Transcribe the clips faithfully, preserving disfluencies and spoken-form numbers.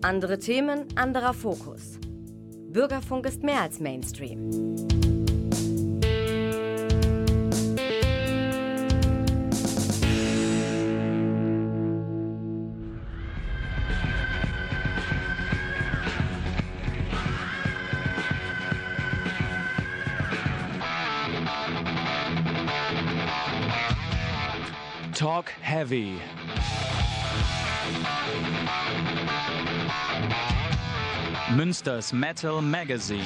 Andere Themen, anderer Fokus. Bürgerfunk ist mehr als Mainstream. Talk Heavy. Münsters Metal Magazine.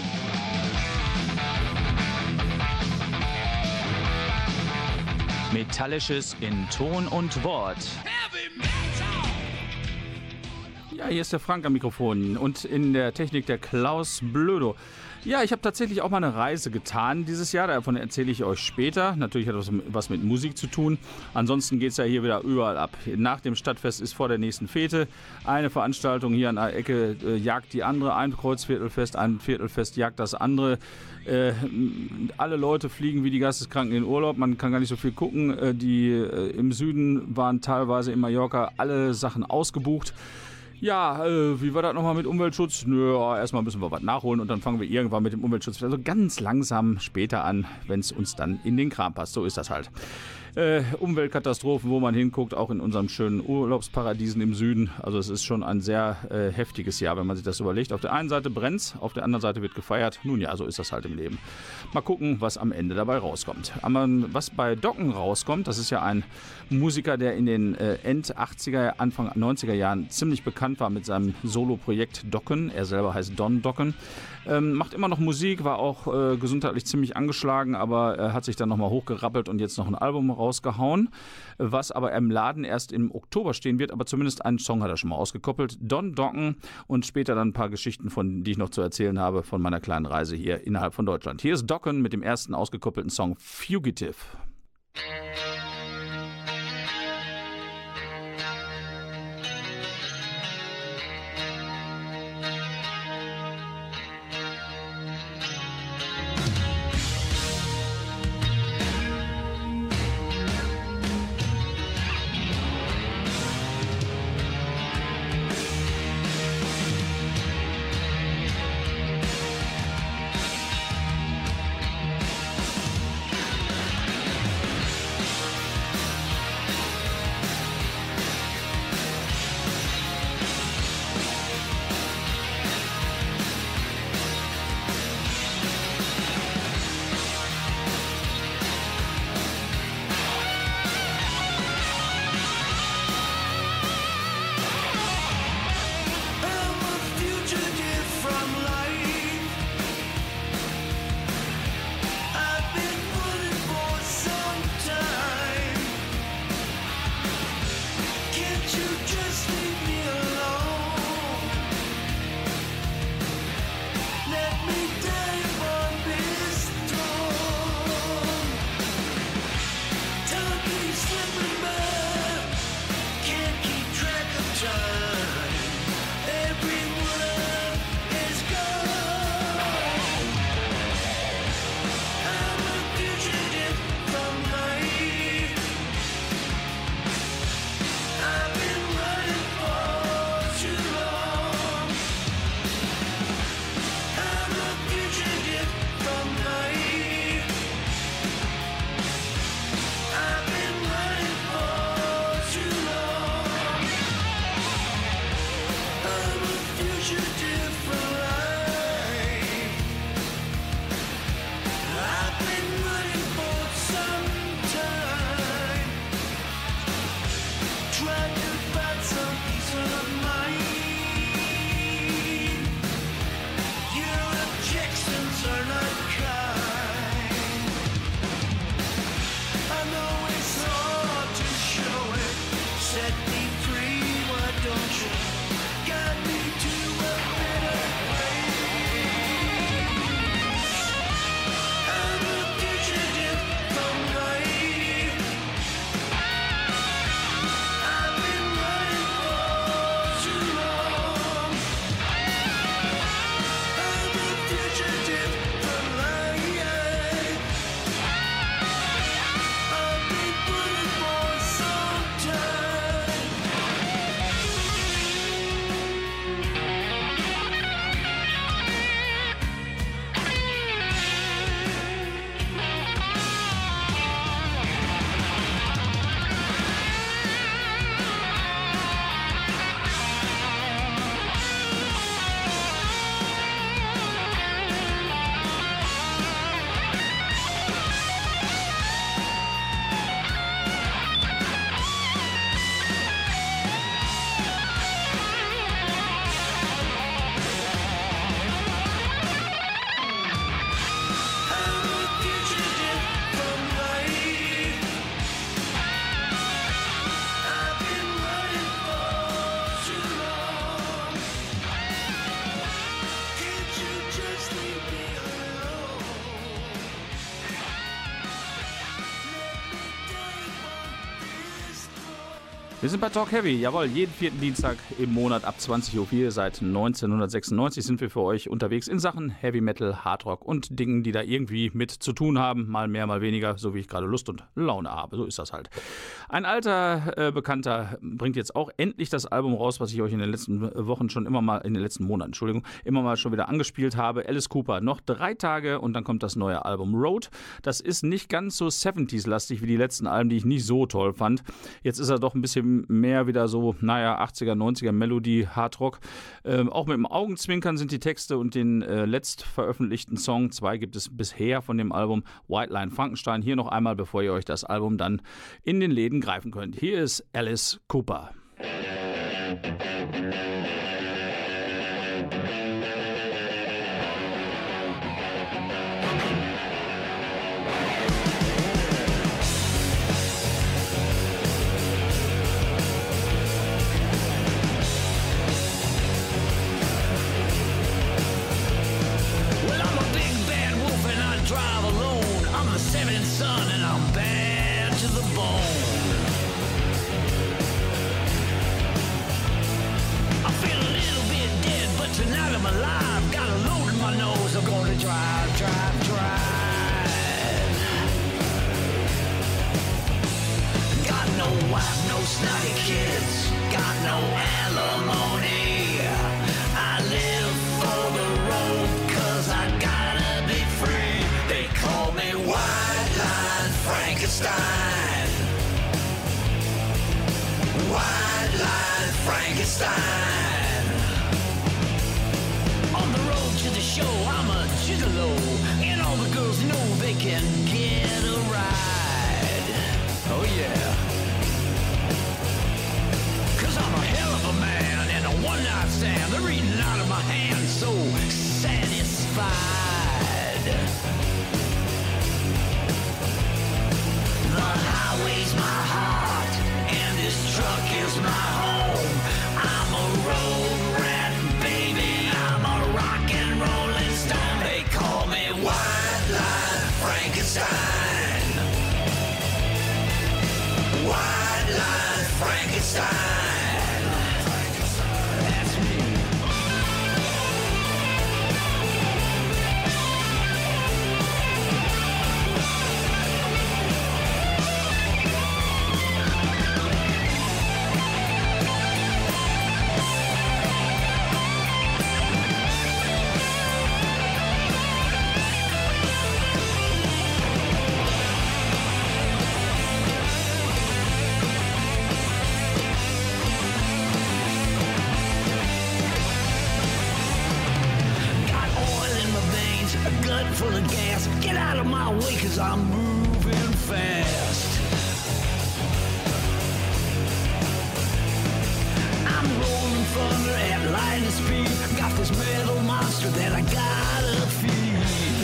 Metallisches in Ton und Wort. Ja, hier ist der Frank am Mikrofon und in der Technik der Klaus Blödo. Ja, ich habe tatsächlich auch mal eine Reise getan dieses Jahr, davon erzähle ich euch später. Natürlich hat das was mit Musik zu tun. Ansonsten geht es ja hier wieder überall ab. Nach dem Stadtfest ist vor der nächsten Fete eine Veranstaltung hier an der Ecke, äh, jagt die andere, ein Kreuzviertelfest, ein Viertelfest jagt das andere. Äh, alle Leute fliegen wie die Geisteskranken in den Urlaub, man kann gar nicht so viel gucken. Äh, die äh, im Süden waren teilweise in Mallorca alle Sachen ausgebucht. Ja, äh, wie war das nochmal mit Umweltschutz? Nö, ja, erstmal müssen wir was nachholen und dann fangen wir irgendwann mit dem Umweltschutz also ganz langsam später an, wenn es uns dann in den Kram passt. So ist das halt. Äh, Umweltkatastrophen, wo man hinguckt, auch in unserem schönen Urlaubsparadiesen im Süden. Also es ist schon ein sehr äh, heftiges Jahr, wenn man sich das überlegt. Auf der einen Seite brennt's, auf der anderen Seite wird gefeiert. Nun ja, so ist das halt im Leben. Mal gucken, was am Ende dabei rauskommt. Aber was bei Dokken rauskommt, das ist ja ein Musiker, der in den äh, End achtziger, Anfang neunziger Jahren ziemlich bekannt war mit seinem Solo-Projekt Dokken. Er selber heißt Don Dokken. Ähm, macht immer noch Musik, war auch äh, gesundheitlich ziemlich angeschlagen, aber er hat sich dann nochmal hochgerappelt und jetzt noch ein Album rausgehauen, was aber im Laden erst im Oktober stehen wird, aber zumindest einen Song hat er schon mal ausgekoppelt, Don Dokken, und später dann ein paar Geschichten, von die ich noch zu erzählen habe von meiner kleinen Reise hier innerhalb von Deutschland. Hier ist Dokken mit dem ersten ausgekoppelten Song Fugitive. Wir sind bei Talk Heavy, jawohl, jeden vierten Dienstag im Monat ab zwanzig Uhr vier. Seit neunzehnhundertsechsundneunzig sind wir für euch unterwegs in Sachen Heavy Metal, Hard Rock und Dingen, die da irgendwie mit zu tun haben. Mal mehr, mal weniger, so wie ich gerade Lust und Laune habe. So ist das halt. Ein alter äh, Bekannter bringt jetzt auch endlich das Album raus, was ich euch in den letzten Wochen schon immer mal, in den letzten Monaten, Entschuldigung, immer mal schon wieder angespielt habe. Alice Cooper, noch drei Tage und dann kommt das neue Album Road. Das ist nicht ganz so siebziger-lastig wie die letzten Alben, die ich nicht so toll fand. Jetzt ist er doch ein bisschen mehr wieder so, naja, achtziger, neunziger Melodie, Hardrock. Ähm, auch mit dem Augenzwinkern sind die Texte und den äh, letzt veröffentlichten Song, zwei gibt es bisher von dem Album, White Line Frankenstein. Hier noch einmal, bevor ihr euch das Album dann in den Läden greifen könnt. Hier ist Alice Cooper. Snotty kids, got no alimony. I live for the road, cause I gotta be free. They call me White Line Frankenstein. White Line Frankenstein. On the road to the show, I'm a gigolo, and all the girls know they can get a ride. Oh yeah. I'm a hell of a man and a one-night stand. They're eating out of my hand, so satisfied. The highway's my heart, and this truck is my home. I'm a road rat, baby. I'm a rock and rolling stone. They call me White Line Frankenstein. White Line Frankenstein. Full of gas, get out of my way cause I'm moving fast. I'm rolling thunder at lightning speed, got this metal monster that I gotta feed.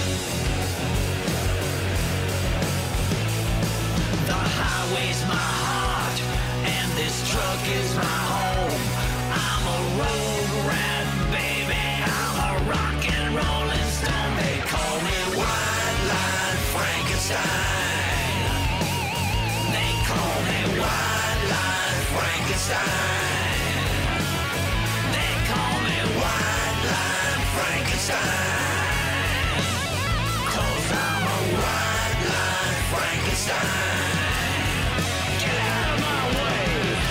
The highway's my heart, and this truck is my home. I'm a road rat, baby, I'm a rock and rolling stone. They call me White Line Frankenstein. They call me White Line Frankenstein. They call me White Line Frankenstein. Cause I'm a White Line Frankenstein. Get out of my way.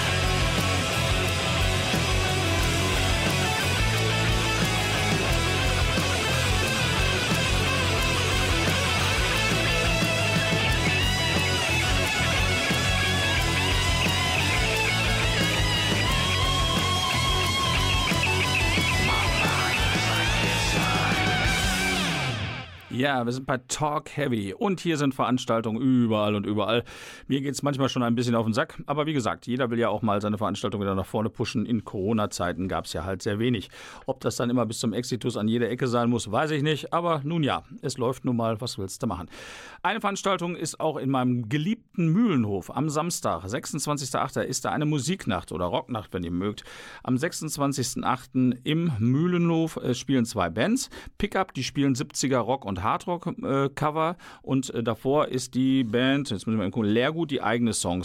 Ja, wir sind bei Talk Heavy und hier sind Veranstaltungen überall und überall. Mir geht es manchmal schon ein bisschen auf den Sack, aber wie gesagt, jeder will ja auch mal seine Veranstaltung wieder nach vorne pushen. In Corona-Zeiten gab es ja halt sehr wenig. Ob das dann immer bis zum Exitus an jeder Ecke sein muss, weiß ich nicht, aber nun ja, es läuft nun mal, was willst du machen? Eine Veranstaltung ist auch in meinem geliebten Mühlenhof am Samstag, sechsundzwanzigster achter ist da eine Musiknacht oder Rocknacht, wenn ihr mögt. Am sechsundzwanzigster achter im Mühlenhof äh, spielen zwei Bands. Pickup, die spielen siebziger Rock und Hardrock-Cover äh, und äh, davor ist die Band, jetzt müssen wir mal gucken, Leergut, die eigene Songs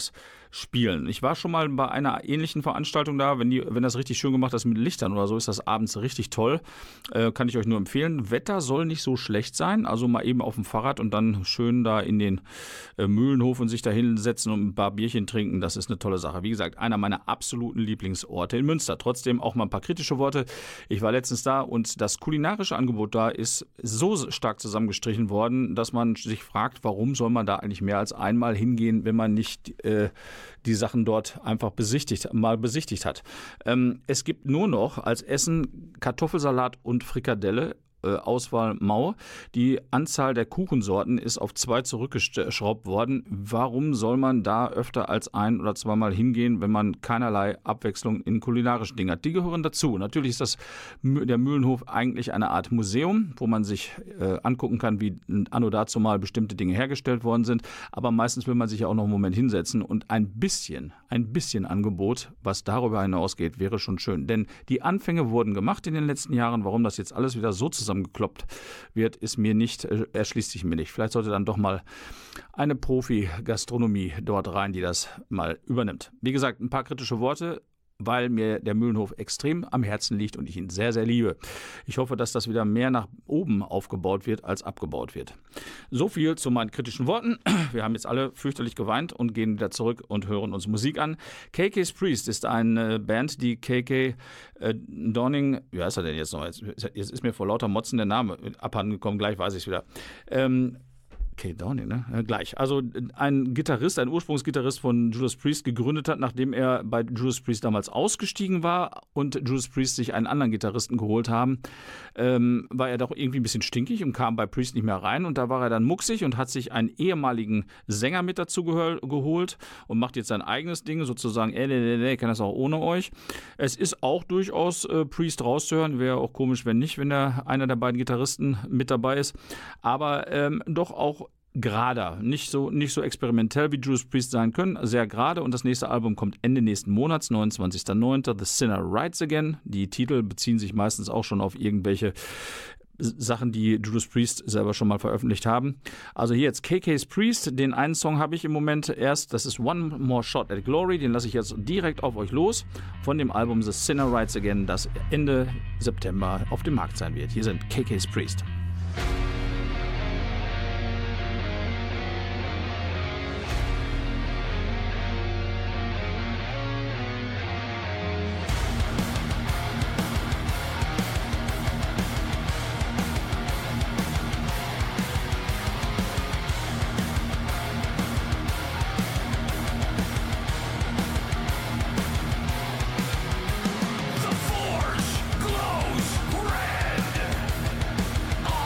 spielen. Ich war schon mal bei einer ähnlichen Veranstaltung da, wenn, die, wenn das richtig schön gemacht ist mit Lichtern oder so, ist das abends richtig toll. Äh, kann ich euch nur empfehlen. Wetter soll nicht so schlecht sein, also mal eben auf dem Fahrrad und dann schön da in den äh, Mühlenhof und sich da hinsetzen und ein paar Bierchen trinken, das ist eine tolle Sache. Wie gesagt, einer meiner absoluten Lieblingsorte in Münster. Trotzdem auch mal ein paar kritische Worte. Ich war letztens da und das kulinarische Angebot da ist so stark zusammengestrichen worden, dass man sich fragt, warum soll man da eigentlich mehr als einmal hingehen, wenn man nicht äh, die Sachen dort einfach besichtigt, mal besichtigt hat. Ähm, es gibt nur noch als Essen Kartoffelsalat und Frikadelle. Auswahl Mau. Die Anzahl der Kuchensorten ist auf zwei zurückgeschraubt worden. Warum soll man da öfter als ein- oder zweimal hingehen, wenn man keinerlei Abwechslung in kulinarischen Dingen hat? Die gehören dazu. Natürlich ist das der Mühlenhof eigentlich eine Art Museum, wo man sich äh, angucken kann, wie anno dazu mal bestimmte Dinge hergestellt worden sind. Aber meistens will man sich ja auch noch einen Moment hinsetzen und ein bisschen, ein bisschen Angebot, was darüber hinausgeht, wäre schon schön. Denn die Anfänge wurden gemacht in den letzten Jahren. Warum das jetzt alles wieder so zusammen gekloppt wird, ist mir nicht, erschließt sich mir nicht. Vielleicht sollte dann doch mal eine Profi-Gastronomie dort rein, die das mal übernimmt. Wie gesagt, ein paar kritische Worte, weil mir der Mühlenhof extrem am Herzen liegt und ich ihn sehr, sehr liebe. Ich hoffe, dass das wieder mehr nach oben aufgebaut wird, als abgebaut wird. So viel zu meinen kritischen Worten. Wir haben jetzt alle fürchterlich geweint und gehen wieder zurück und hören uns Musik an. K K's Priest ist eine Band, die K K äh, Downing, wie heißt er denn jetzt noch? Jetzt, jetzt ist mir vor lauter Motzen der Name abhanden gekommen, gleich weiß ich es wieder. Ähm, Okay, Downing, ne? Ja, gleich. Also ein Gitarrist, ein Ursprungsgitarrist von Judas Priest gegründet hat, nachdem er bei Judas Priest damals ausgestiegen war und Judas Priest sich einen anderen Gitarristen geholt haben, ähm, war er doch irgendwie ein bisschen stinkig und kam bei Priest nicht mehr rein und da war er dann mucksig und hat sich einen ehemaligen Sänger mit dazu gehör- geholt und macht jetzt sein eigenes Ding, sozusagen, äh, äh, äh, äh, kann das auch ohne euch. Es ist auch durchaus äh, Priest rauszuhören, wäre auch komisch, wenn nicht, wenn der, einer der beiden Gitarristen mit dabei ist, aber ähm, doch auch gerader, nicht so, nicht so experimentell wie Judas Priest sein können, sehr gerade und das nächste Album kommt Ende nächsten Monats, neunundzwanzigster neunter The Sinner Rides Again. Die Titel beziehen sich meistens auch schon auf irgendwelche Sachen, die Judas Priest selber schon mal veröffentlicht haben. Also hier jetzt K K's Priest, den einen Song habe ich im Moment erst, das ist One More Shot at Glory, den lasse ich jetzt direkt auf euch los, von dem Album The Sinner Rides Again, das Ende September auf dem Markt sein wird. Hier sind K K's Priest. The forge glows red.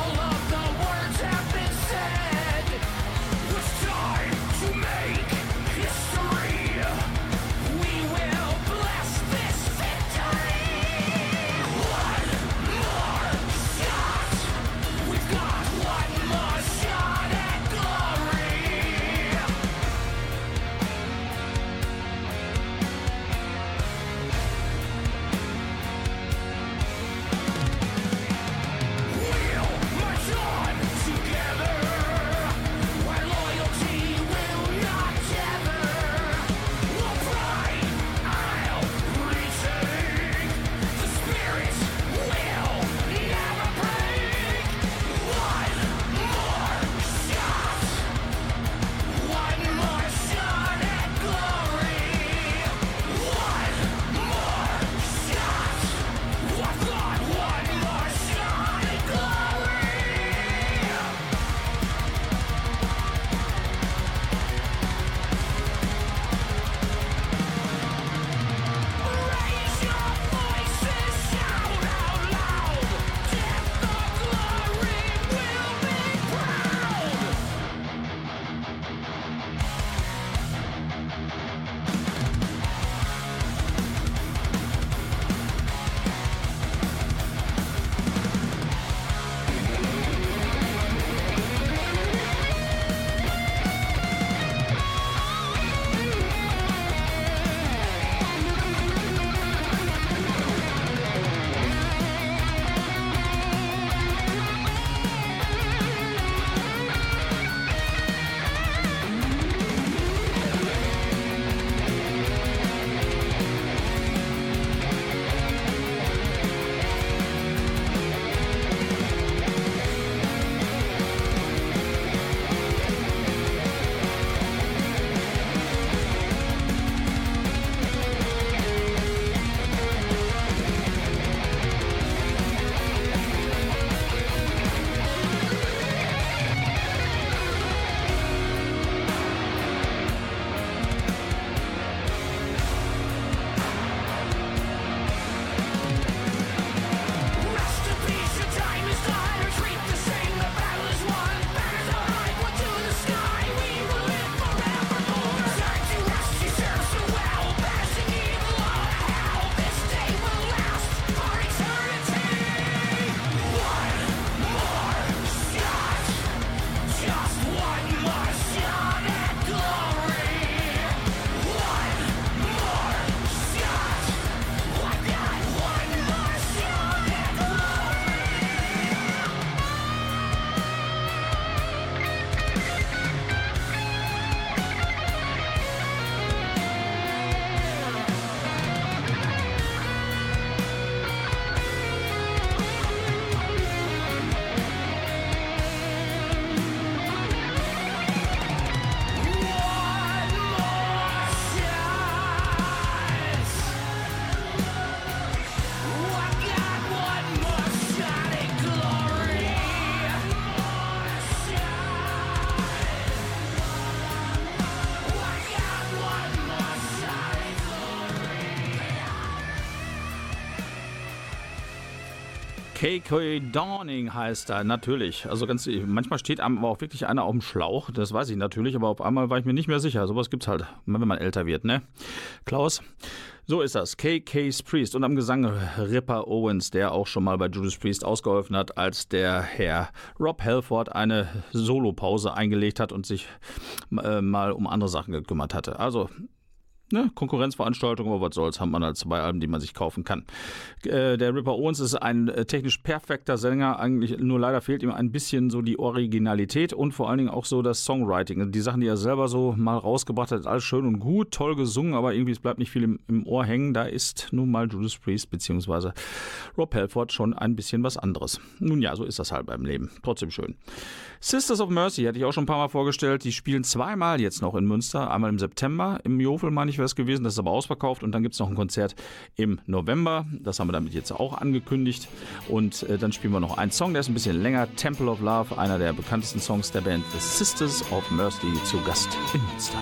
K K Downing heißt er, natürlich. Also ganz, manchmal steht einem aber auch wirklich einer auf dem Schlauch, das weiß ich natürlich, aber auf einmal war ich mir nicht mehr sicher. Sowas gibt's halt, wenn man älter wird, ne? Klaus? So ist das. K K's Priest und am Gesang Ripper Owens, der auch schon mal bei Judas Priest ausgeholfen hat, als der Herr Rob Halford eine Solopause eingelegt hat und sich äh, mal um andere Sachen gekümmert hatte. Also Ne, Konkurrenzveranstaltung, aber was soll's, haben wir halt zwei Alben, die man sich kaufen kann. Äh, der Ripper Owens ist ein äh, technisch perfekter Sänger, eigentlich nur leider fehlt ihm ein bisschen so die Originalität und vor allen Dingen auch so das Songwriting. Die Sachen, die er selber so mal rausgebracht hat, alles schön und gut, toll gesungen, aber irgendwie es bleibt nicht viel im, im Ohr hängen. Da ist nun mal Judas Priest bzw. Rob Halford schon ein bisschen was anderes. Nun ja, so ist das halt beim Leben. Trotzdem schön. Sisters of Mercy hatte ich auch schon ein paar Mal vorgestellt. Die spielen zweimal jetzt noch in Münster. Einmal im September, im Jofel meine ich wäre es gewesen, das ist aber ausverkauft und dann gibt es noch ein Konzert im November. Das haben wir damit jetzt auch angekündigt und äh, dann spielen wir noch einen Song, der ist ein bisschen länger. Temple of Love, einer der bekanntesten Songs der Band The Sisters of Mercy, zu Gast in Münster.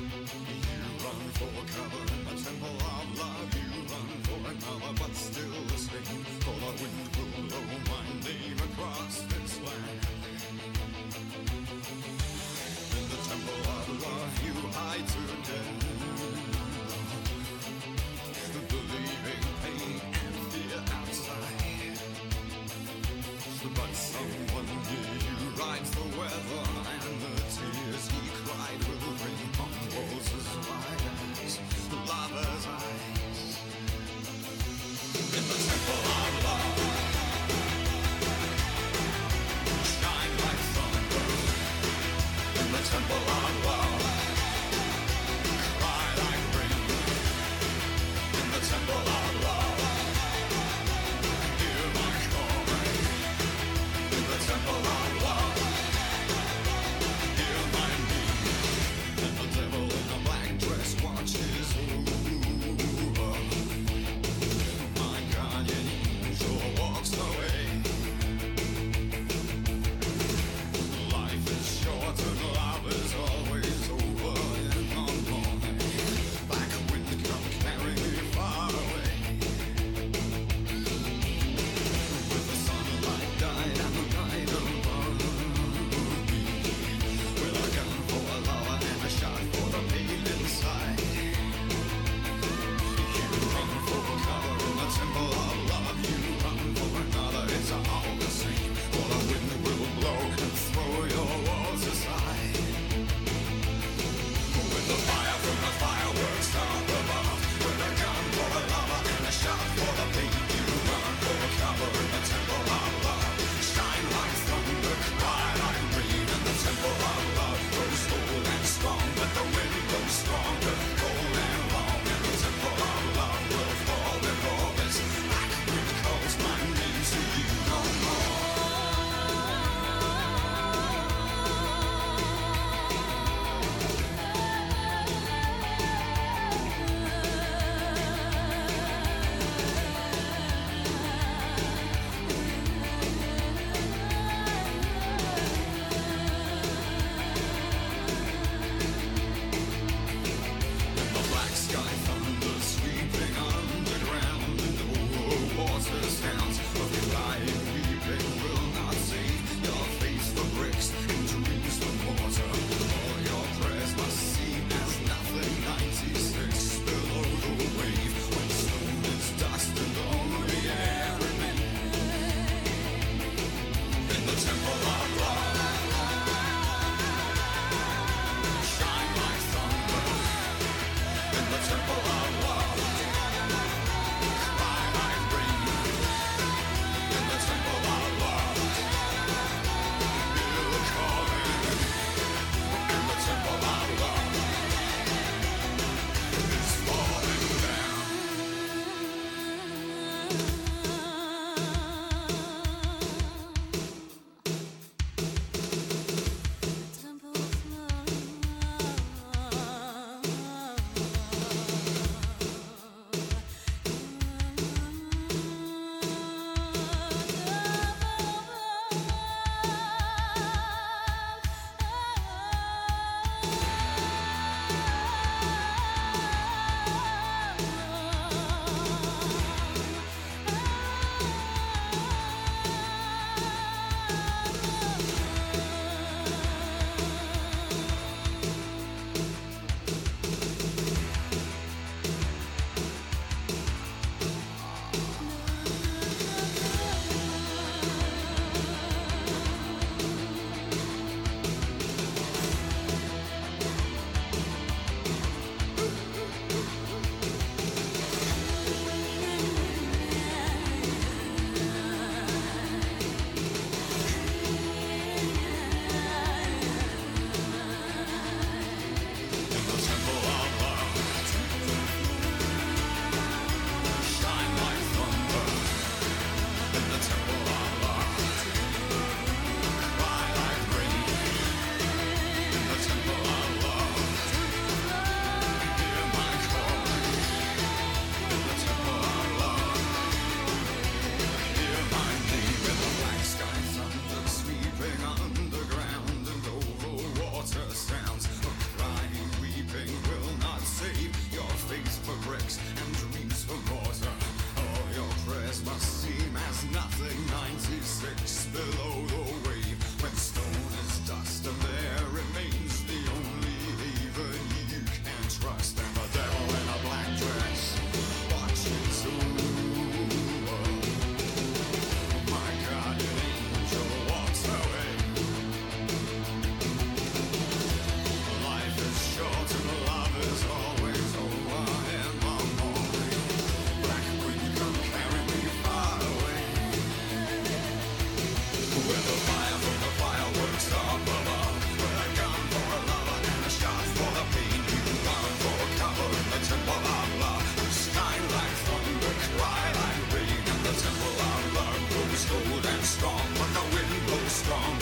But still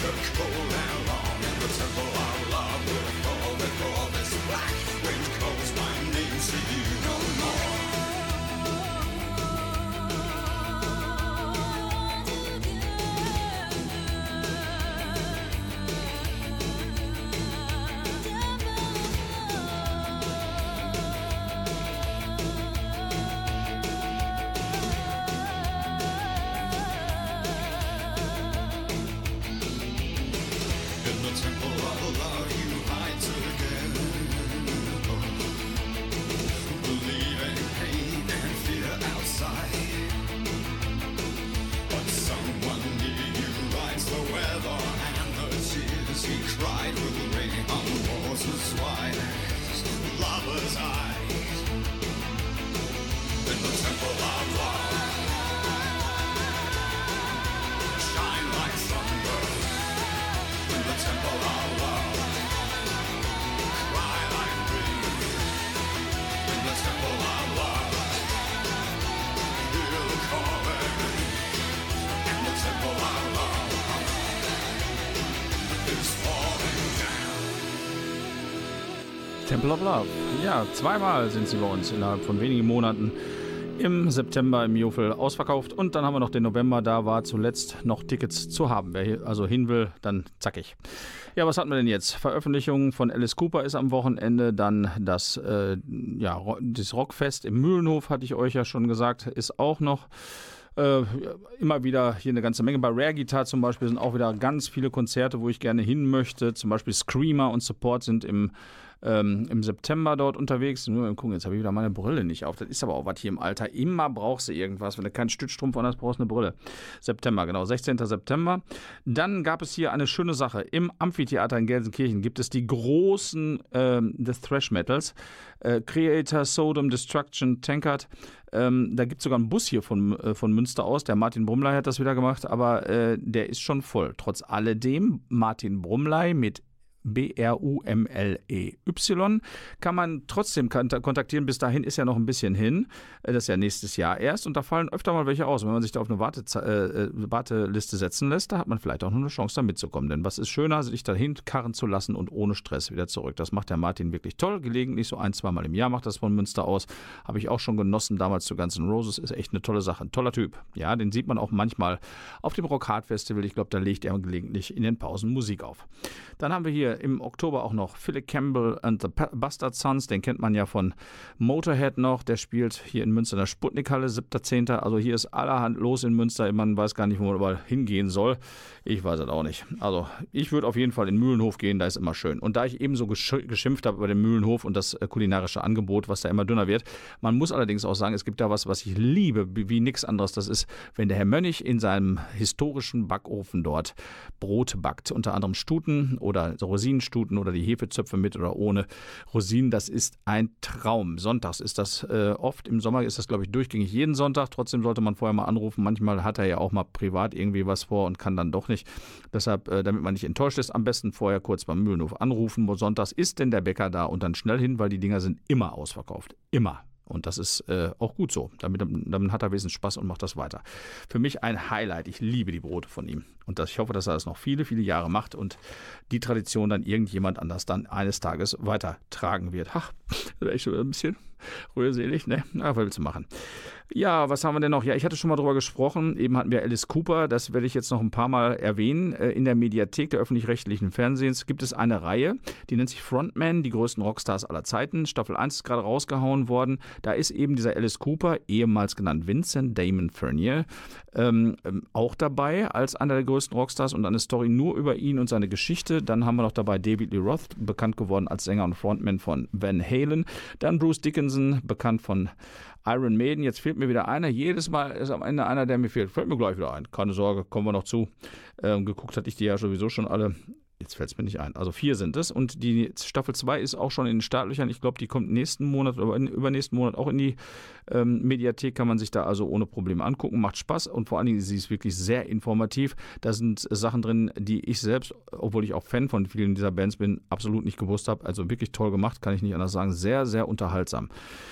Temple of Love. Ja, zweimal sind sie bei uns innerhalb von wenigen Monaten im September im Jofel ausverkauft. Und dann haben wir noch den November, da war zuletzt noch Tickets zu haben. Wer hier also hin will, dann zackig. Ja, was hatten wir denn jetzt? Veröffentlichung von Alice Cooper ist am Wochenende, dann das, äh, ja, das Rockfest im Mühlenhof, hatte ich euch ja schon gesagt, ist auch noch. Äh, immer wieder hier eine ganze Menge. Bei Rare Guitar zum Beispiel sind auch wieder ganz viele Konzerte, wo ich gerne hin möchte. Zum Beispiel Screamer und Support sind im Ähm, im September dort unterwegs. Nur mal gucken, jetzt habe ich wieder meine Brille nicht auf. Das ist aber auch was hier im Alter. Immer brauchst du irgendwas. Wenn du keinen Stützstrumpf an hast, brauchst du eine Brille. September, genau, sechzehnten September. Dann gab es hier eine schöne Sache. Im Amphitheater in Gelsenkirchen gibt es die großen ähm, des Thrash Metals. Äh, Creator, Sodom, Destruction, Tankard. Ähm, da gibt es sogar einen Bus hier von, äh, von Münster aus. Der Martin Brumley hat das wieder gemacht, aber äh, der ist schon voll. Trotz alledem, Martin Brumley mit B R U M L E Y kann man trotzdem kontaktieren. Bis dahin ist ja noch ein bisschen hin. Das ist ja nächstes Jahr erst. Und da fallen öfter mal welche aus. Und wenn man sich da auf eine Warte, äh, Warteliste setzen lässt, da hat man vielleicht auch noch eine Chance, da mitzukommen. Denn was ist schöner, sich dahin karren zu lassen und ohne Stress wieder zurück. Das macht der Martin wirklich toll. Gelegentlich so ein, zweimal im Jahr macht das von Münster aus. Habe ich auch schon genossen. Damals zu Guns N' Roses. Ist echt eine tolle Sache. Ein toller Typ. Ja, den sieht man auch manchmal auf dem Rock Hard Festival. Ich glaube, da legt er gelegentlich in den Pausen Musik auf. Dann haben wir hier im Oktober auch noch Philip Campbell and the Bastard Sons, den kennt man ja von Motorhead noch, der spielt hier in Münster in der Sputnikhalle, siebter zehnter Also hier ist allerhand los in Münster, man weiß gar nicht, wo man überall hingehen soll. Ich weiß es auch nicht. Also ich würde auf jeden Fall in den Mühlenhof gehen, da ist immer schön. Und da ich eben so gesch- geschimpft habe über den Mühlenhof und das äh, kulinarische Angebot, was da immer dünner wird, man muss allerdings auch sagen, es gibt da was, was ich liebe, wie, wie nichts anderes. Das ist, wenn der Herr Mönnig in seinem historischen Backofen dort Brot backt, unter anderem Stuten oder so Rosinenstuten oder die Hefezöpfe mit oder ohne Rosinen, das ist ein Traum. Sonntags ist das äh, oft, im Sommer ist das, glaube ich, durchgängig jeden Sonntag. Trotzdem sollte man vorher mal anrufen. Manchmal hat er ja auch mal privat irgendwie was vor und kann dann doch nicht. Deshalb, äh, damit man nicht enttäuscht ist, am besten vorher kurz beim Mühlenhof anrufen, wo sonntags ist denn der Bäcker da und dann schnell hin, weil die Dinger sind immer ausverkauft. Immer. Und das ist äh, auch gut so. Damit, damit hat er wesentlich Spaß und macht das weiter. Für mich ein Highlight. Ich liebe die Brote von ihm. Und das, ich hoffe, dass er das noch viele, viele Jahre macht und die Tradition dann irgendjemand anders dann eines Tages weitertragen wird. Ach, das wäre echt schon ein bisschen rührselig, ne? Na, was willst du machen? Ja, was haben wir denn noch? Ja, ich hatte schon mal drüber gesprochen. Eben hatten wir Alice Cooper. Das werde ich jetzt noch ein paar Mal erwähnen. In der Mediathek der öffentlich-rechtlichen Fernsehens gibt es eine Reihe, die nennt sich Frontman, die größten Rockstars aller Zeiten. Staffel eins ist gerade rausgehauen worden. Da ist eben dieser Alice Cooper, ehemals genannt Vincent Damon Furnier, ähm, auch dabei als einer der größten Rockstars und eine Story nur über ihn und seine Geschichte. Dann haben wir noch dabei David Lee Roth, bekannt geworden als Sänger und Frontman von Van Halen. Dann Bruce Dickinson, bekannt von Iron Maiden. Jetzt fehlt mir wieder einer. Jedes Mal ist am Ende einer, der mir fehlt. Fällt mir gleich wieder ein. Keine Sorge, kommen wir noch zu. Ähm, geguckt hatte ich die ja sowieso schon alle. Jetzt fällt es mir nicht ein. Also vier sind es. Und die Staffel zwei ist auch schon in den Startlöchern. Ich glaube, die kommt nächsten Monat oder übernächsten Monat auch in die ähm, Mediathek. Kann man sich da also ohne Probleme angucken. Macht Spaß und vor allen Dingen, sie ist wirklich sehr informativ. Da sind Sachen drin, die ich selbst, obwohl ich auch Fan von vielen dieser Bands bin, absolut nicht gewusst habe. Also wirklich toll gemacht, kann ich nicht anders sagen. Sehr, sehr unterhaltsam.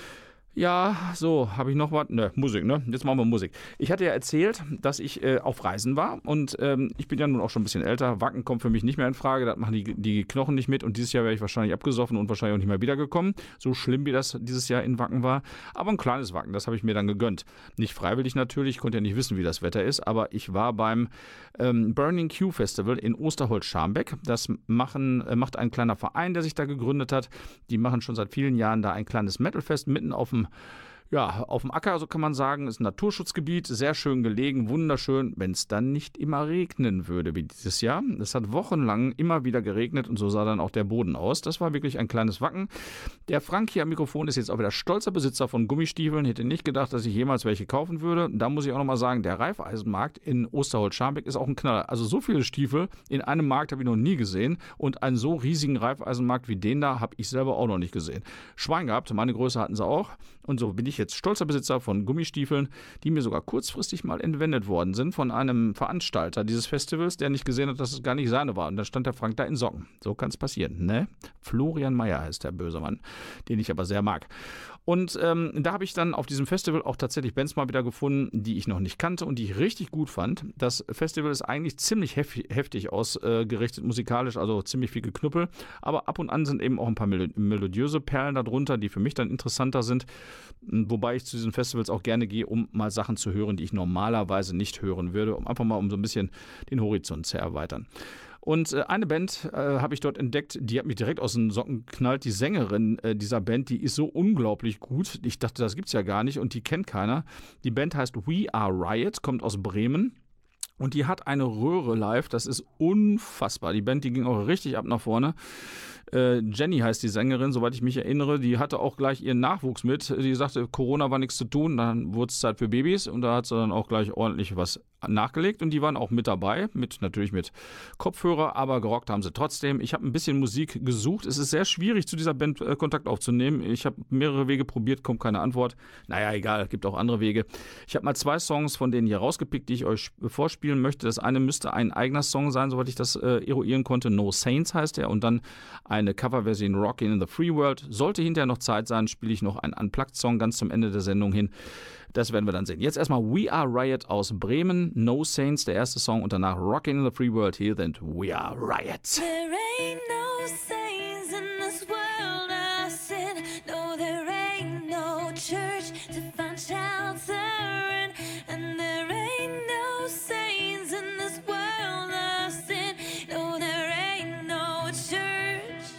Ja, so, habe ich noch was? Ne, Musik, ne? Jetzt machen wir Musik. Ich hatte ja erzählt, dass ich äh, auf Reisen war und ähm, ich bin ja nun auch schon ein bisschen älter. Wacken kommt für mich nicht mehr in Frage, das machen die, die Knochen nicht mit und dieses Jahr wäre ich wahrscheinlich abgesoffen und wahrscheinlich auch nicht mehr wiedergekommen. So schlimm, wie das dieses Jahr in Wacken war. Aber ein kleines Wacken, das habe ich mir dann gegönnt. Nicht freiwillig natürlich, ich konnte ja nicht wissen, wie das Wetter ist, aber ich war beim ähm, Burning Q Festival in Osterholz-Scharmbeck. Das machen, äh, macht ein kleiner Verein, der sich da gegründet hat. Die machen schon seit vielen Jahren da ein kleines Metalfest mitten auf dem Ja, auf dem Acker, so kann man sagen, ist ein Naturschutzgebiet, sehr schön gelegen, wunderschön, wenn es dann nicht immer regnen würde wie dieses Jahr. Es hat wochenlang immer wieder geregnet und so sah dann auch der Boden aus. Das war wirklich ein kleines Wacken. Der Frank hier am Mikrofon ist jetzt auch wieder stolzer Besitzer von Gummistiefeln. Hätte nicht gedacht, dass ich jemals welche kaufen würde. Da muss ich auch nochmal sagen, der Reifeisenmarkt in Osterholz-Scharmbeck ist auch ein Knaller. Also so viele Stiefel in einem Markt habe ich noch nie gesehen und einen so riesigen Reifeisenmarkt wie den da habe ich selber auch noch nicht gesehen. Schwein gehabt, meine Größe hatten sie auch und so bin ich jetzt stolzer Besitzer von Gummistiefeln, die mir sogar kurzfristig mal entwendet worden sind von einem Veranstalter dieses Festivals, der nicht gesehen hat, dass es gar nicht seine war. Und dann stand der Frank da in Socken. So kann es passieren, ne? Florian Meyer heißt der böse Mann, den ich aber sehr mag. Und ähm, da habe ich dann auf diesem Festival auch tatsächlich Bands mal wieder gefunden, die ich noch nicht kannte und die ich richtig gut fand. Das Festival ist eigentlich ziemlich hef- heftig ausgerichtet musikalisch, also ziemlich viel Geknüppel. Aber ab und an sind eben auch ein paar mel- melodiöse Perlen darunter, die für mich dann interessanter sind. Wobei ich zu diesen Festivals auch gerne gehe, um mal Sachen zu hören, die ich normalerweise nicht hören würde, um einfach mal um so ein bisschen den Horizont zu erweitern. Und äh, eine Band äh, habe ich dort entdeckt, die hat mich direkt aus den Socken geknallt. Die Sängerin äh, dieser Band, die ist so unglaublich gut. Ich dachte, das gibt's ja gar nicht und die kennt keiner. Die Band heißt We Are Riot, kommt aus Bremen. Und die hat eine Röhre live, das ist unfassbar. Die Band, die ging auch richtig ab nach vorne. Äh, Jenny heißt die Sängerin, soweit ich mich erinnere. Die hatte auch gleich ihren Nachwuchs mit. Die sagte, Corona war nichts zu tun, dann wurde es Zeit für Babys. Und da hat sie dann auch gleich ordentlich was nachgelegt. Und die waren auch mit dabei, mit natürlich mit Kopfhörer, aber gerockt haben sie trotzdem. Ich habe ein bisschen Musik gesucht. Es ist sehr schwierig, zu dieser Band äh, Kontakt aufzunehmen. Ich habe mehrere Wege probiert, kommt keine Antwort. Naja, egal, gibt auch andere Wege. Ich habe mal zwei Songs von denen hier rausgepickt, die ich euch vorspielen möchte. Das eine müsste ein eigener Song sein, soweit ich das äh, eruieren konnte. No Saints heißt er. Und dann eine Coverversion Rockin' in the Free World. Sollte hinterher noch Zeit sein, spiele ich noch einen Unplugged-Song ganz zum Ende der Sendung hin. Das werden wir dann sehen. Jetzt erstmal We Are Riot aus Bremen. No Saints, der erste Song. Und danach Rockin' in the Free World. Here then We Are Riot. There ain't no saints in this world I sin. No, there ain't no church to find shelter in. And there ain't no saints in this world I sin. No, there ain't no church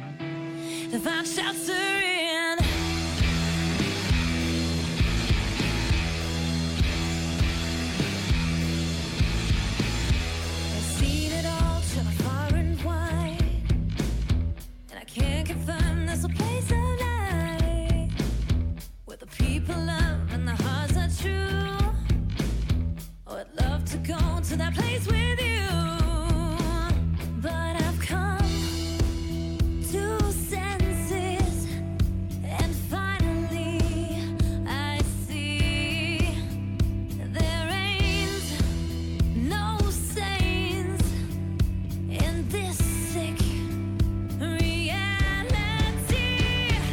to find shelter in. I've seen it all till far and wide, and I can't confirm there's a place of light where the people love and the hearts are true. Oh, I'd love to go to that place with you, but I've come to senses, and finally I see there ain't no saints in this sick reality.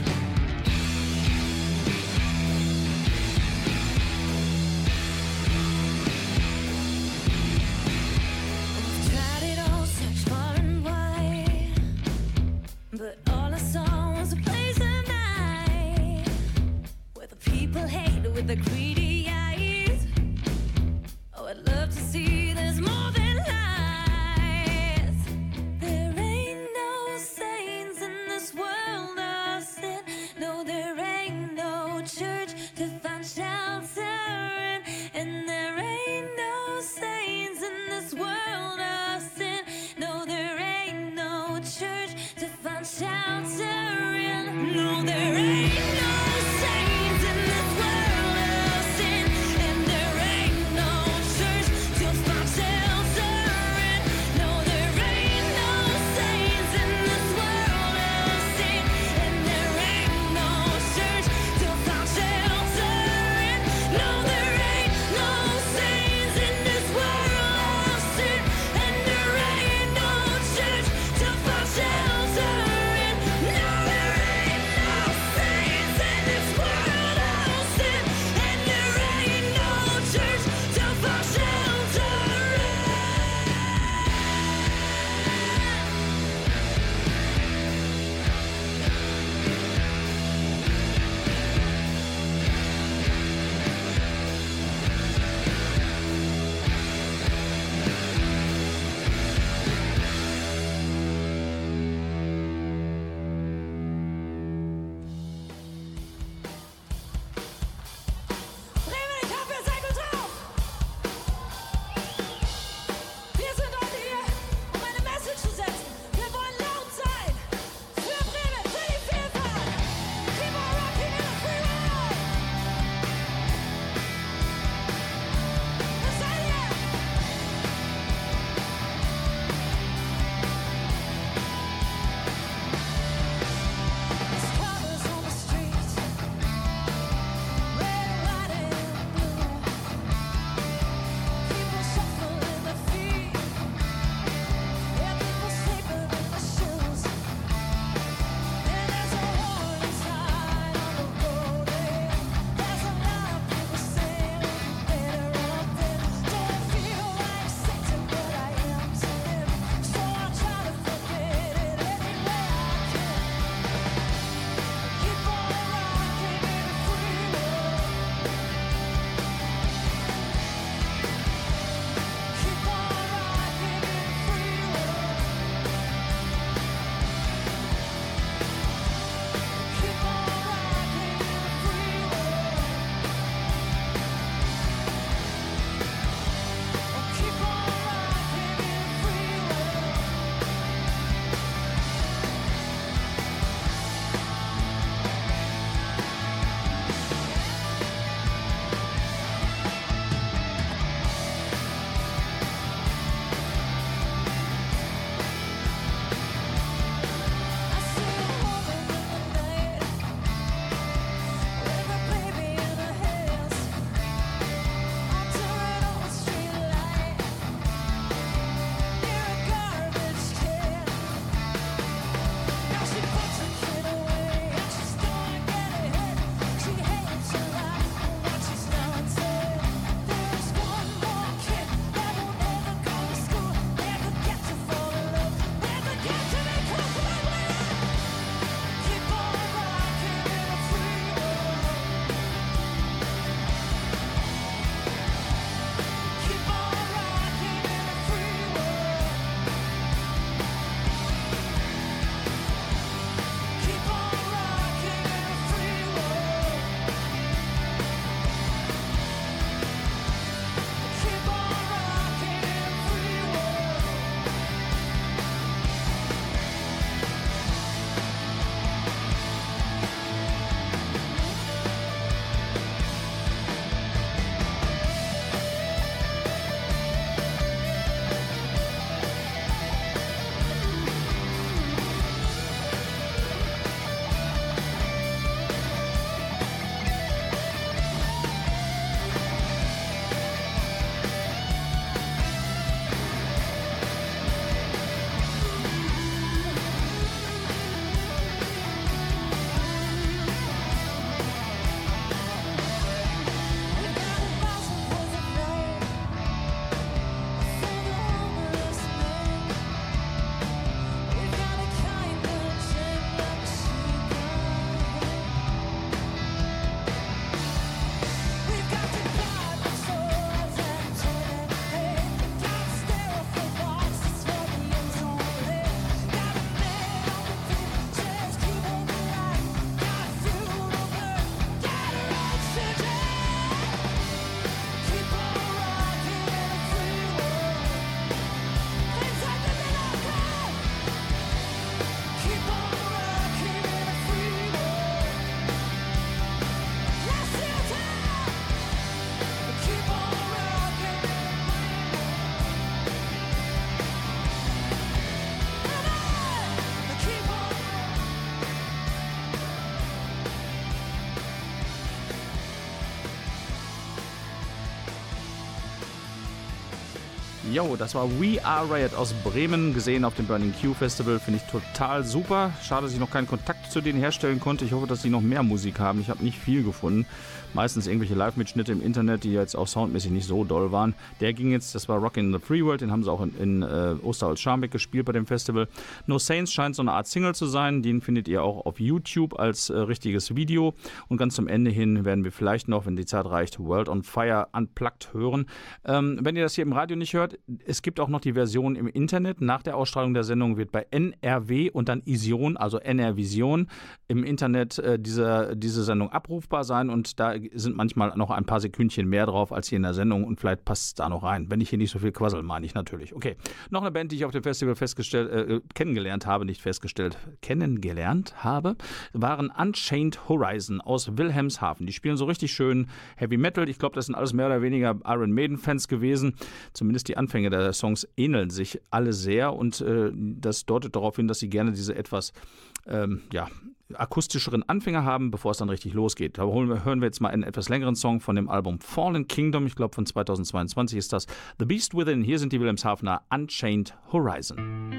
Jo, das war We Are Riot aus Bremen, gesehen auf dem Burning Q Festival. Finde ich total super. Schade, dass ich noch keinen Kontakt zu denen herstellen konnte. Ich hoffe, dass sie noch mehr Musik haben. Ich habe nicht viel gefunden. Meistens irgendwelche Live-Mitschnitte im Internet, die jetzt auch soundmäßig nicht so doll waren. Der ging jetzt, das war Rockin' in the Free World, den haben sie auch in, in äh, Osterholz-Scharmbeck gespielt bei dem Festival. No Saints scheint so eine Art Single zu sein. Den findet ihr auch auf YouTube als äh, richtiges Video. Und ganz zum Ende hin werden wir vielleicht noch, wenn die Zeit reicht, World on Fire Unplugged hören. Ähm, wenn ihr das hier im Radio nicht hört, es gibt auch noch die Version im Internet. Nach der Ausstrahlung der Sendung wird bei N R W und dann Ision, also N R Vision, im Internet äh, diese, diese Sendung abrufbar sein. Und da sind manchmal noch ein paar Sekündchen mehr drauf als hier in der Sendung. Und vielleicht passt es da noch rein. Wenn ich hier nicht so viel quassel, meine ich natürlich. Okay, noch eine Band, die ich auf dem Festival festgestellt, äh, kennengelernt habe, nicht festgestellt, kennengelernt habe, waren Unchained Horizon aus Wilhelmshaven. Die spielen so richtig schön Heavy Metal. Ich glaube, das sind alles mehr oder weniger Iron Maiden-Fans gewesen. Zumindest die Anfänge der Songs ähneln sich alle sehr und äh, das deutet darauf hin, dass sie gerne diese etwas ähm, ja, akustischeren Anfänger haben, bevor es dann richtig losgeht. Da holen wir, hören wir jetzt mal einen etwas längeren Song von dem Album Fallen Kingdom. Ich glaube, von zweitausendzweiundzwanzig ist das. The Beast Within. Hier sind die Wilhelmshavener Unchained Horizon.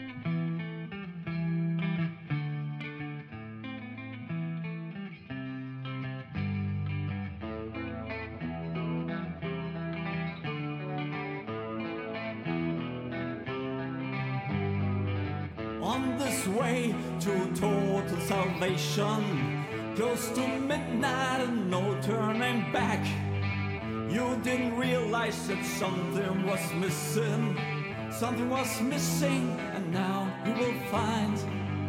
On this way to total salvation, close to midnight and no turning back. You didn't realize that something was missing, something was missing, and now you will find.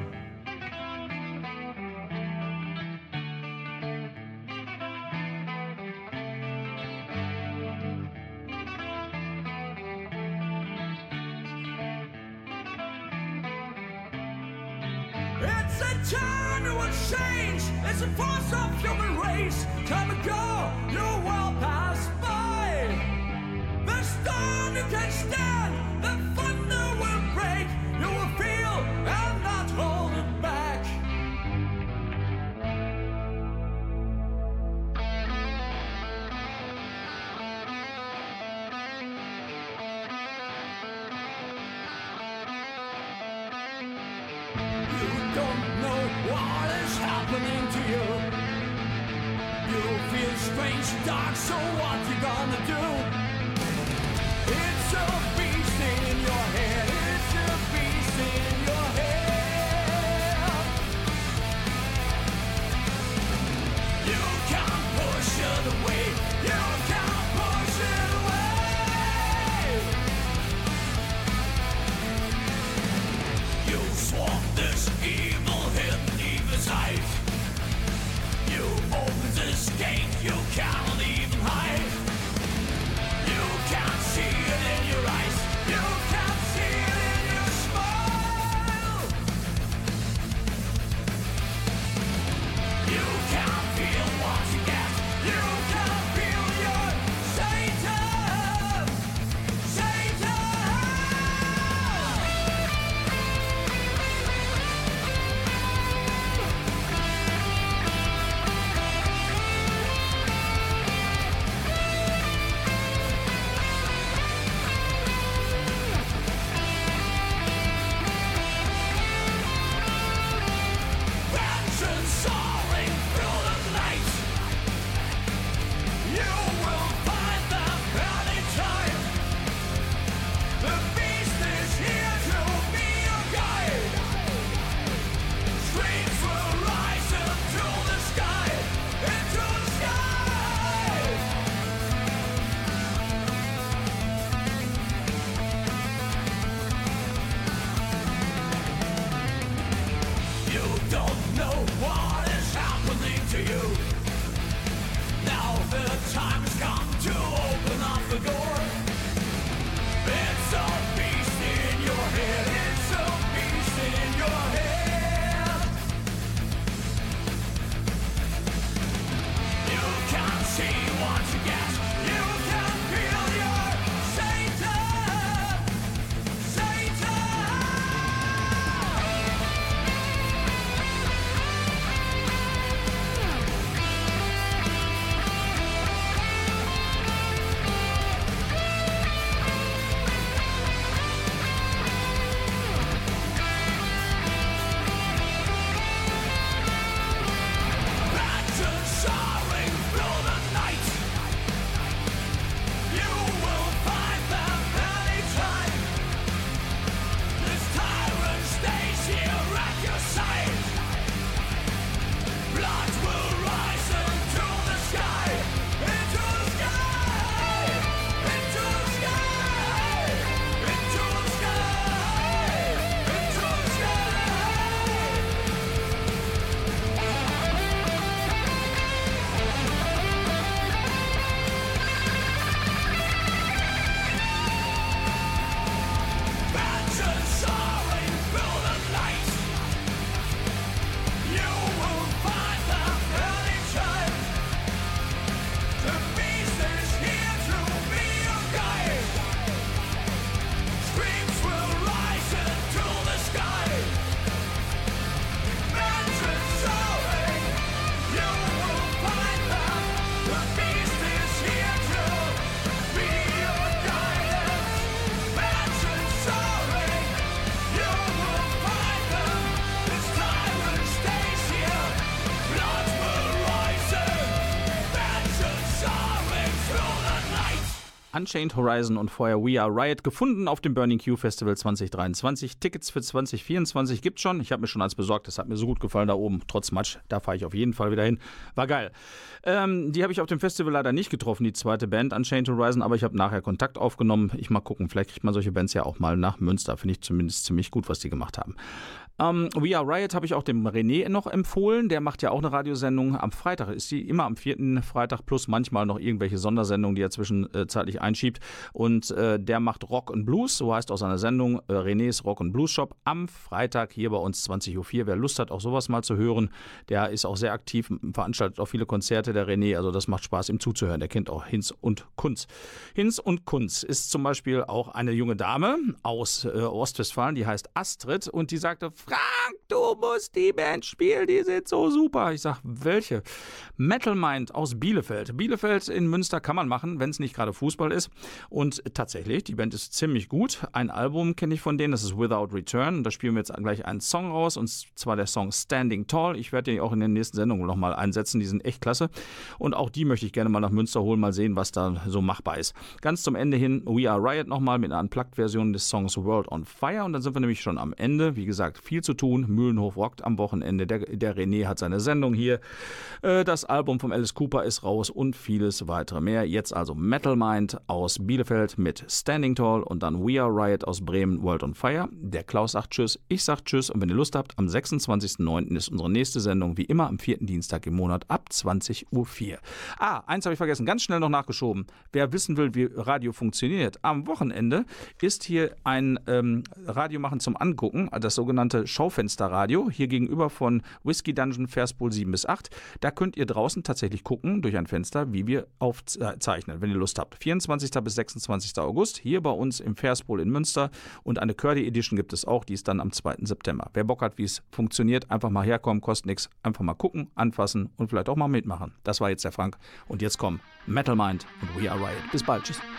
It's a time you will change. It's a force of human race. Time ago, your world passed by. The storm you can stand, the thunder will break. You will feel and not hold it back. You don't know what is happening to you. You feel strange, dark, so what you gonna do? It's a beast in your head. It's a beast in your head. You can't push it away. You can't push it away. You swamp this evil hidden evil side. You open this gate, you can't even hide. You can't see it in your eyes. Unchained Horizon und vorher We Are Riot, gefunden auf dem Burning Q Festival zwanzig dreiundzwanzig. Tickets für zwanzig vierundzwanzig gibt's schon. Ich habe mir schon eins besorgt, das hat mir so gut gefallen da oben, trotz Matsch. Da fahre ich auf jeden Fall wieder hin. War geil. Ähm, die habe ich auf dem Festival leider nicht getroffen, die zweite Band, Unchained Horizon, aber ich habe nachher Kontakt aufgenommen. Ich mal gucken, vielleicht kriegt man solche Bands ja auch mal nach Münster. Finde ich zumindest ziemlich gut, was die gemacht haben. Um, We Are Riot habe ich auch dem René noch empfohlen. Der macht ja auch eine Radiosendung. Am Freitag ist die immer am vierten Freitag plus manchmal noch irgendwelche Sondersendungen, die er zwischenzeitlich einschiebt. Und äh, der macht Rock and Blues, so heißt auch seine Sendung, äh, Renés Rock and Blues Shop. Am Freitag hier bei uns zwanzig Uhr vier. Wer Lust hat, auch sowas mal zu hören, der ist auch sehr aktiv, veranstaltet auch viele Konzerte, der René. Also das macht Spaß, ihm zuzuhören. Der kennt auch Hinz und Kunz. Hinz und Kunz ist zum Beispiel auch eine junge Dame aus äh, Ostwestfalen, die heißt Astrid und die sagte, Frank, du musst die Band spielen, die sind so super. Ich sag, welche? Metal Mind aus Bielefeld. Bielefeld in Münster kann man machen, wenn es nicht gerade Fußball ist. Und tatsächlich, die Band ist ziemlich gut. Ein Album kenne ich von denen, das ist Without Return. Da spielen wir jetzt gleich einen Song raus, und zwar der Song Standing Tall. Ich werde den auch in den nächsten Sendungen nochmal einsetzen, die sind echt klasse. Und auch die möchte ich gerne mal nach Münster holen, mal sehen, was da so machbar ist. Ganz zum Ende hin We Are Riot nochmal mit einer Unplugged-Version des Songs World on Fire. Und dann sind wir nämlich schon am Ende. Wie gesagt, viel zu tun. Mühlenhof rockt am Wochenende. Der, der René hat seine Sendung hier. Äh, das Album vom Alice Cooper ist raus und vieles weitere mehr. Jetzt also Metal Mind aus Bielefeld mit Standing Tall und dann We Are Riot aus Bremen, World on Fire. Der Klaus sagt Tschüss, ich sag Tschüss und wenn ihr Lust habt, am sechsundzwanzigsten neunten ist unsere nächste Sendung, wie immer am vierten Dienstag im Monat ab zwanzig Uhr vier. Ah, eins habe ich vergessen, ganz schnell noch nachgeschoben. Wer wissen will, wie Radio funktioniert, am Wochenende ist hier ein ähm, Radio machen zum Angucken, das sogenannte Schaufensterradio, hier gegenüber von Whiskey Dungeon Verspool sieben bis acht. Da könnt ihr draußen tatsächlich gucken, durch ein Fenster, wie wir aufzeichnen, wenn ihr Lust habt. vierundzwanzigsten bis sechsundzwanzigsten August, hier bei uns im Verspool in Münster. Und eine Curdy Edition gibt es auch, die ist dann am zweiten September. Wer Bock hat, wie es funktioniert, einfach mal herkommen, kostet nichts. Einfach mal gucken, anfassen und vielleicht auch mal mitmachen. Das war jetzt der Frank. Und jetzt kommen Metal Mind und We Are Riot. Bis bald. Tschüss.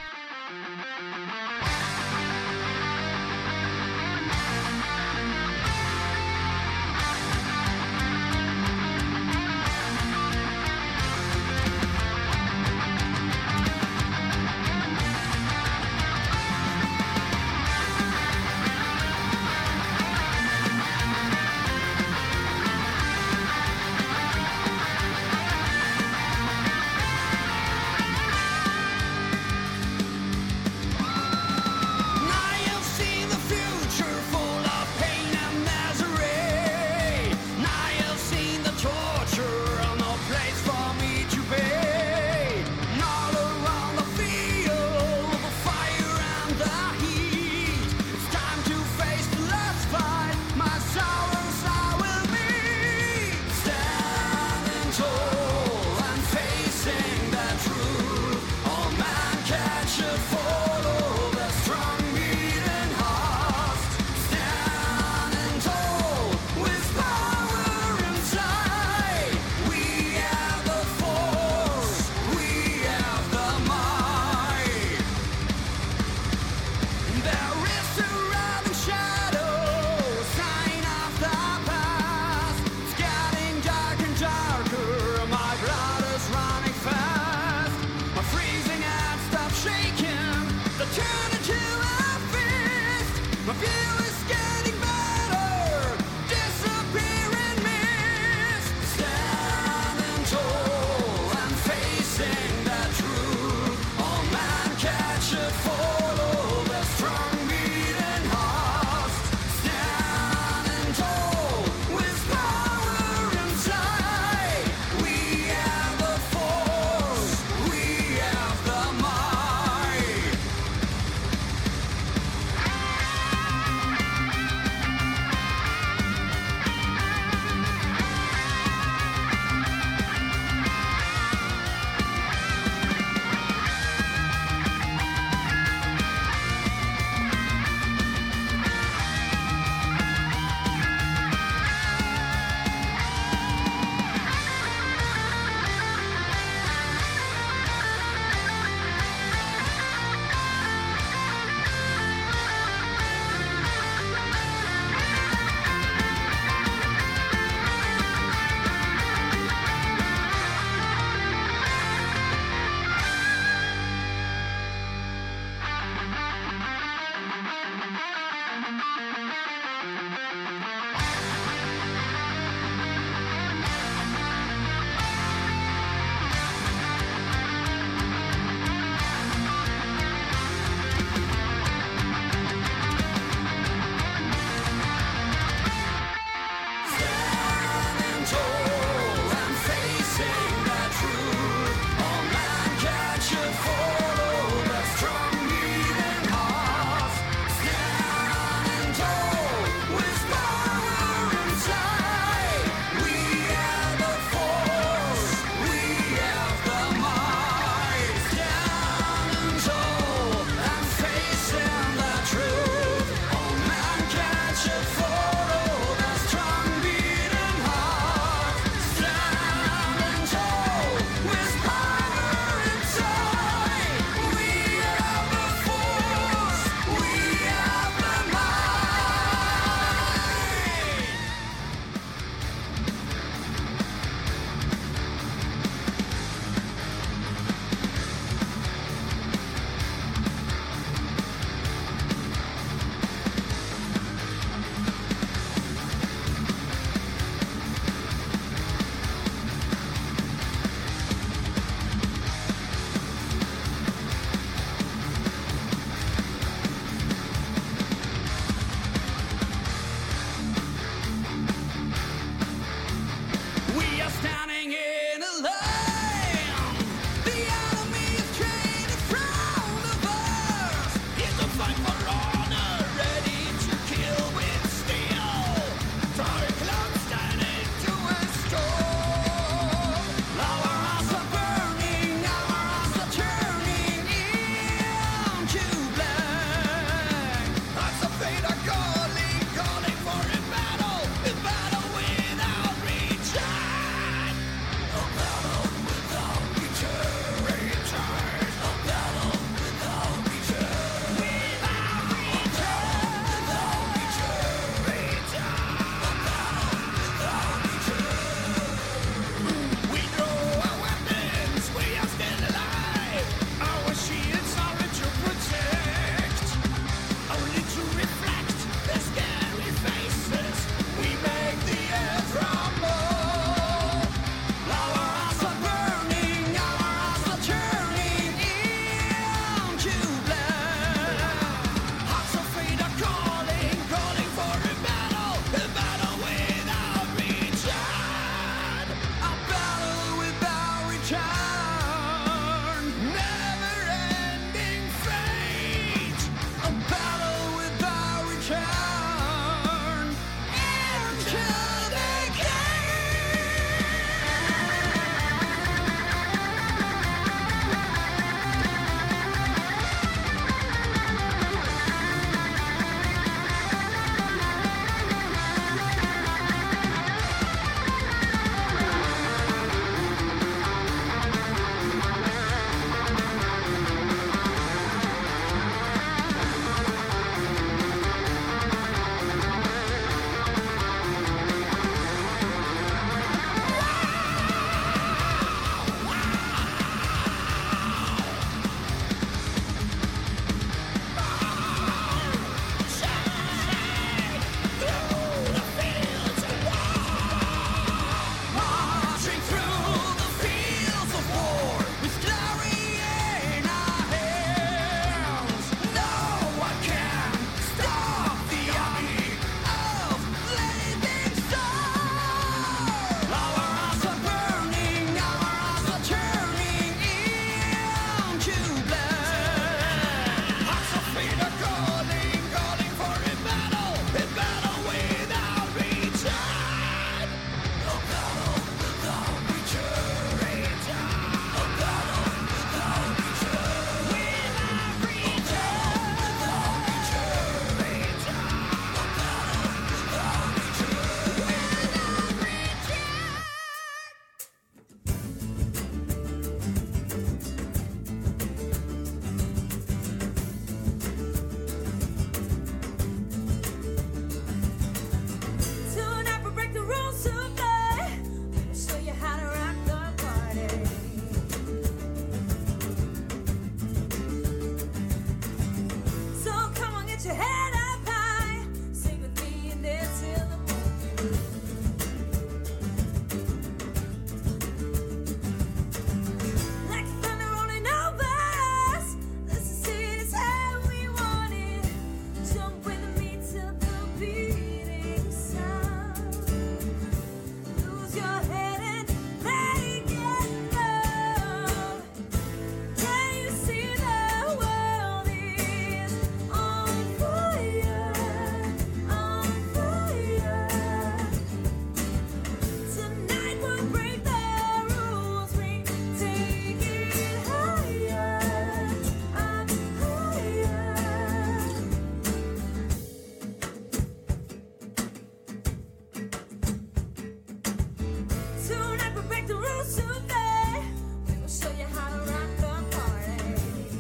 souffle. We will show you how to rock the party.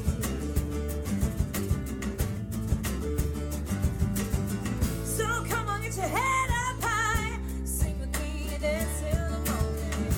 So come on, get your head up high. Sing with me and dance till the morning.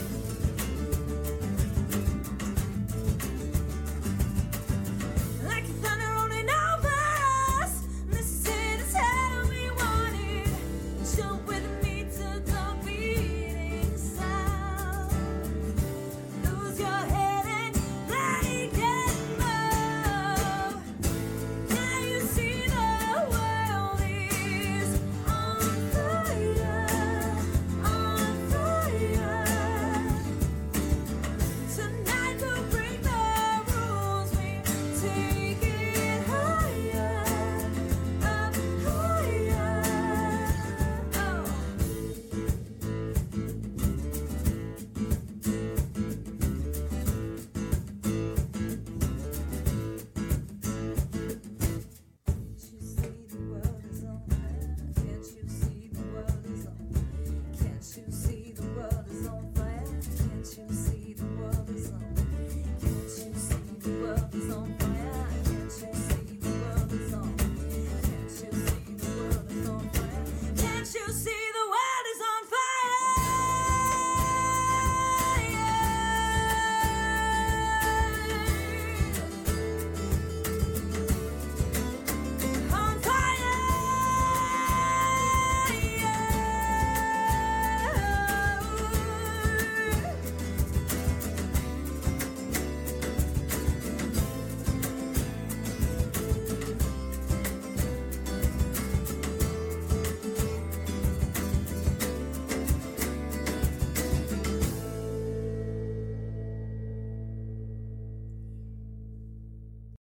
Like the thunder rolling over us, this is how we want it. Jump with me to the beating sound. Lose your head and make it move. Can you see the world is on fire, on fire? Tonight we'll break the rules. We take it higher, up higher. Oh. Can't you see the world is on fire? Can't you see the world is on fire? Can't you see the world is on fire? Can't you see the world is on fire? Can't you see the world is on fire? Can't you see the world is on fire? Can't you see